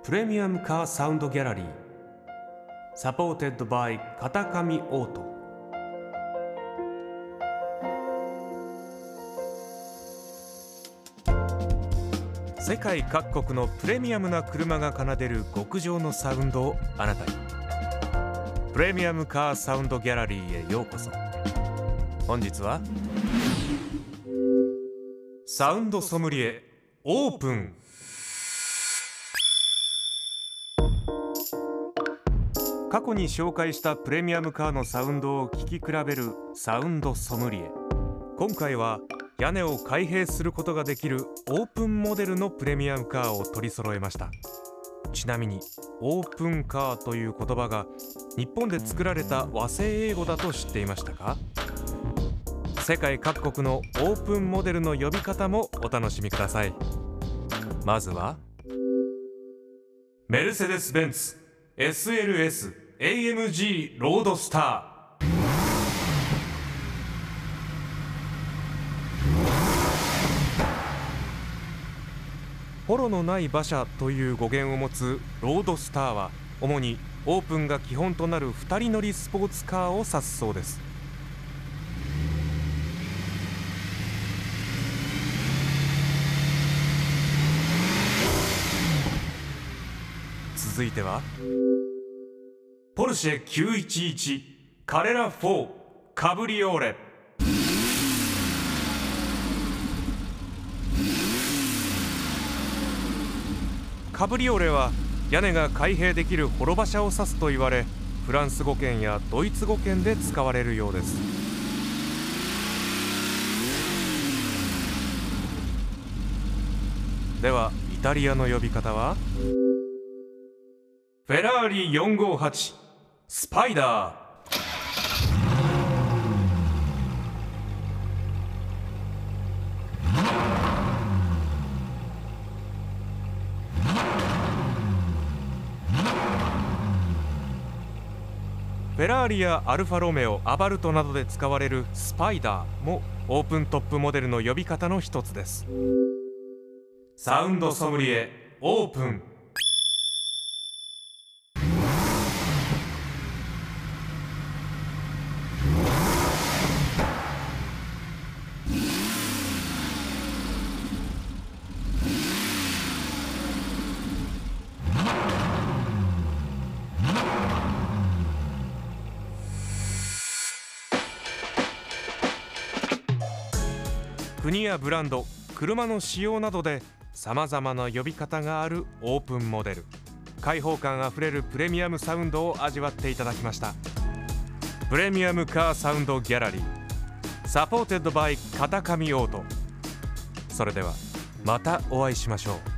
プレミアムカーサウンドギャラリーサポーテッドバイ片上オート。世界各国のプレミアムな車が奏でる極上のサウンドをあなたに。プレミアムカーサウンドギャラリーへようこそ。本日はサウンドソムリエオープン。過去に紹介したプレミアムカーのサウンドを聴き比べるサウンドソムリエ。今回は屋根を開閉することができるオープンモデルのプレミアムカーを取り揃えました。ちなみにオープンカーという言葉が日本で作られた和製英語だと知っていましたか？世界各国のオープンモデルの呼び方もお楽しみください。まずはメルセデス・ベンツ SLS AMG ロードスター。ホロのない馬車という語源を持つロードスターは主にオープンが基本となる2人乗りスポーツカーを指すそうです。続いてはポルシェ911カレラ4カブリオーレ。カブリオレは屋根が開閉できる幌馬車を指すと言われ、フランス語圏やドイツ語圏で使われるようです。ではイタリアの呼び方はフェラーリ458スパイダー。フェラーリやアルファロメオ、アバルトなどで使われるスパイダーもオープントップモデルの呼び方の一つです。サウンドソムリエオープン。国やブランド、車の仕様などでさまざまな呼び方があるオープンモデル。開放感あふれるプレミアムサウンドを味わっていただきました。プレミアムカーサウンドギャラリーサポーテッドバイ片上オート。それではまたお会いしましょう。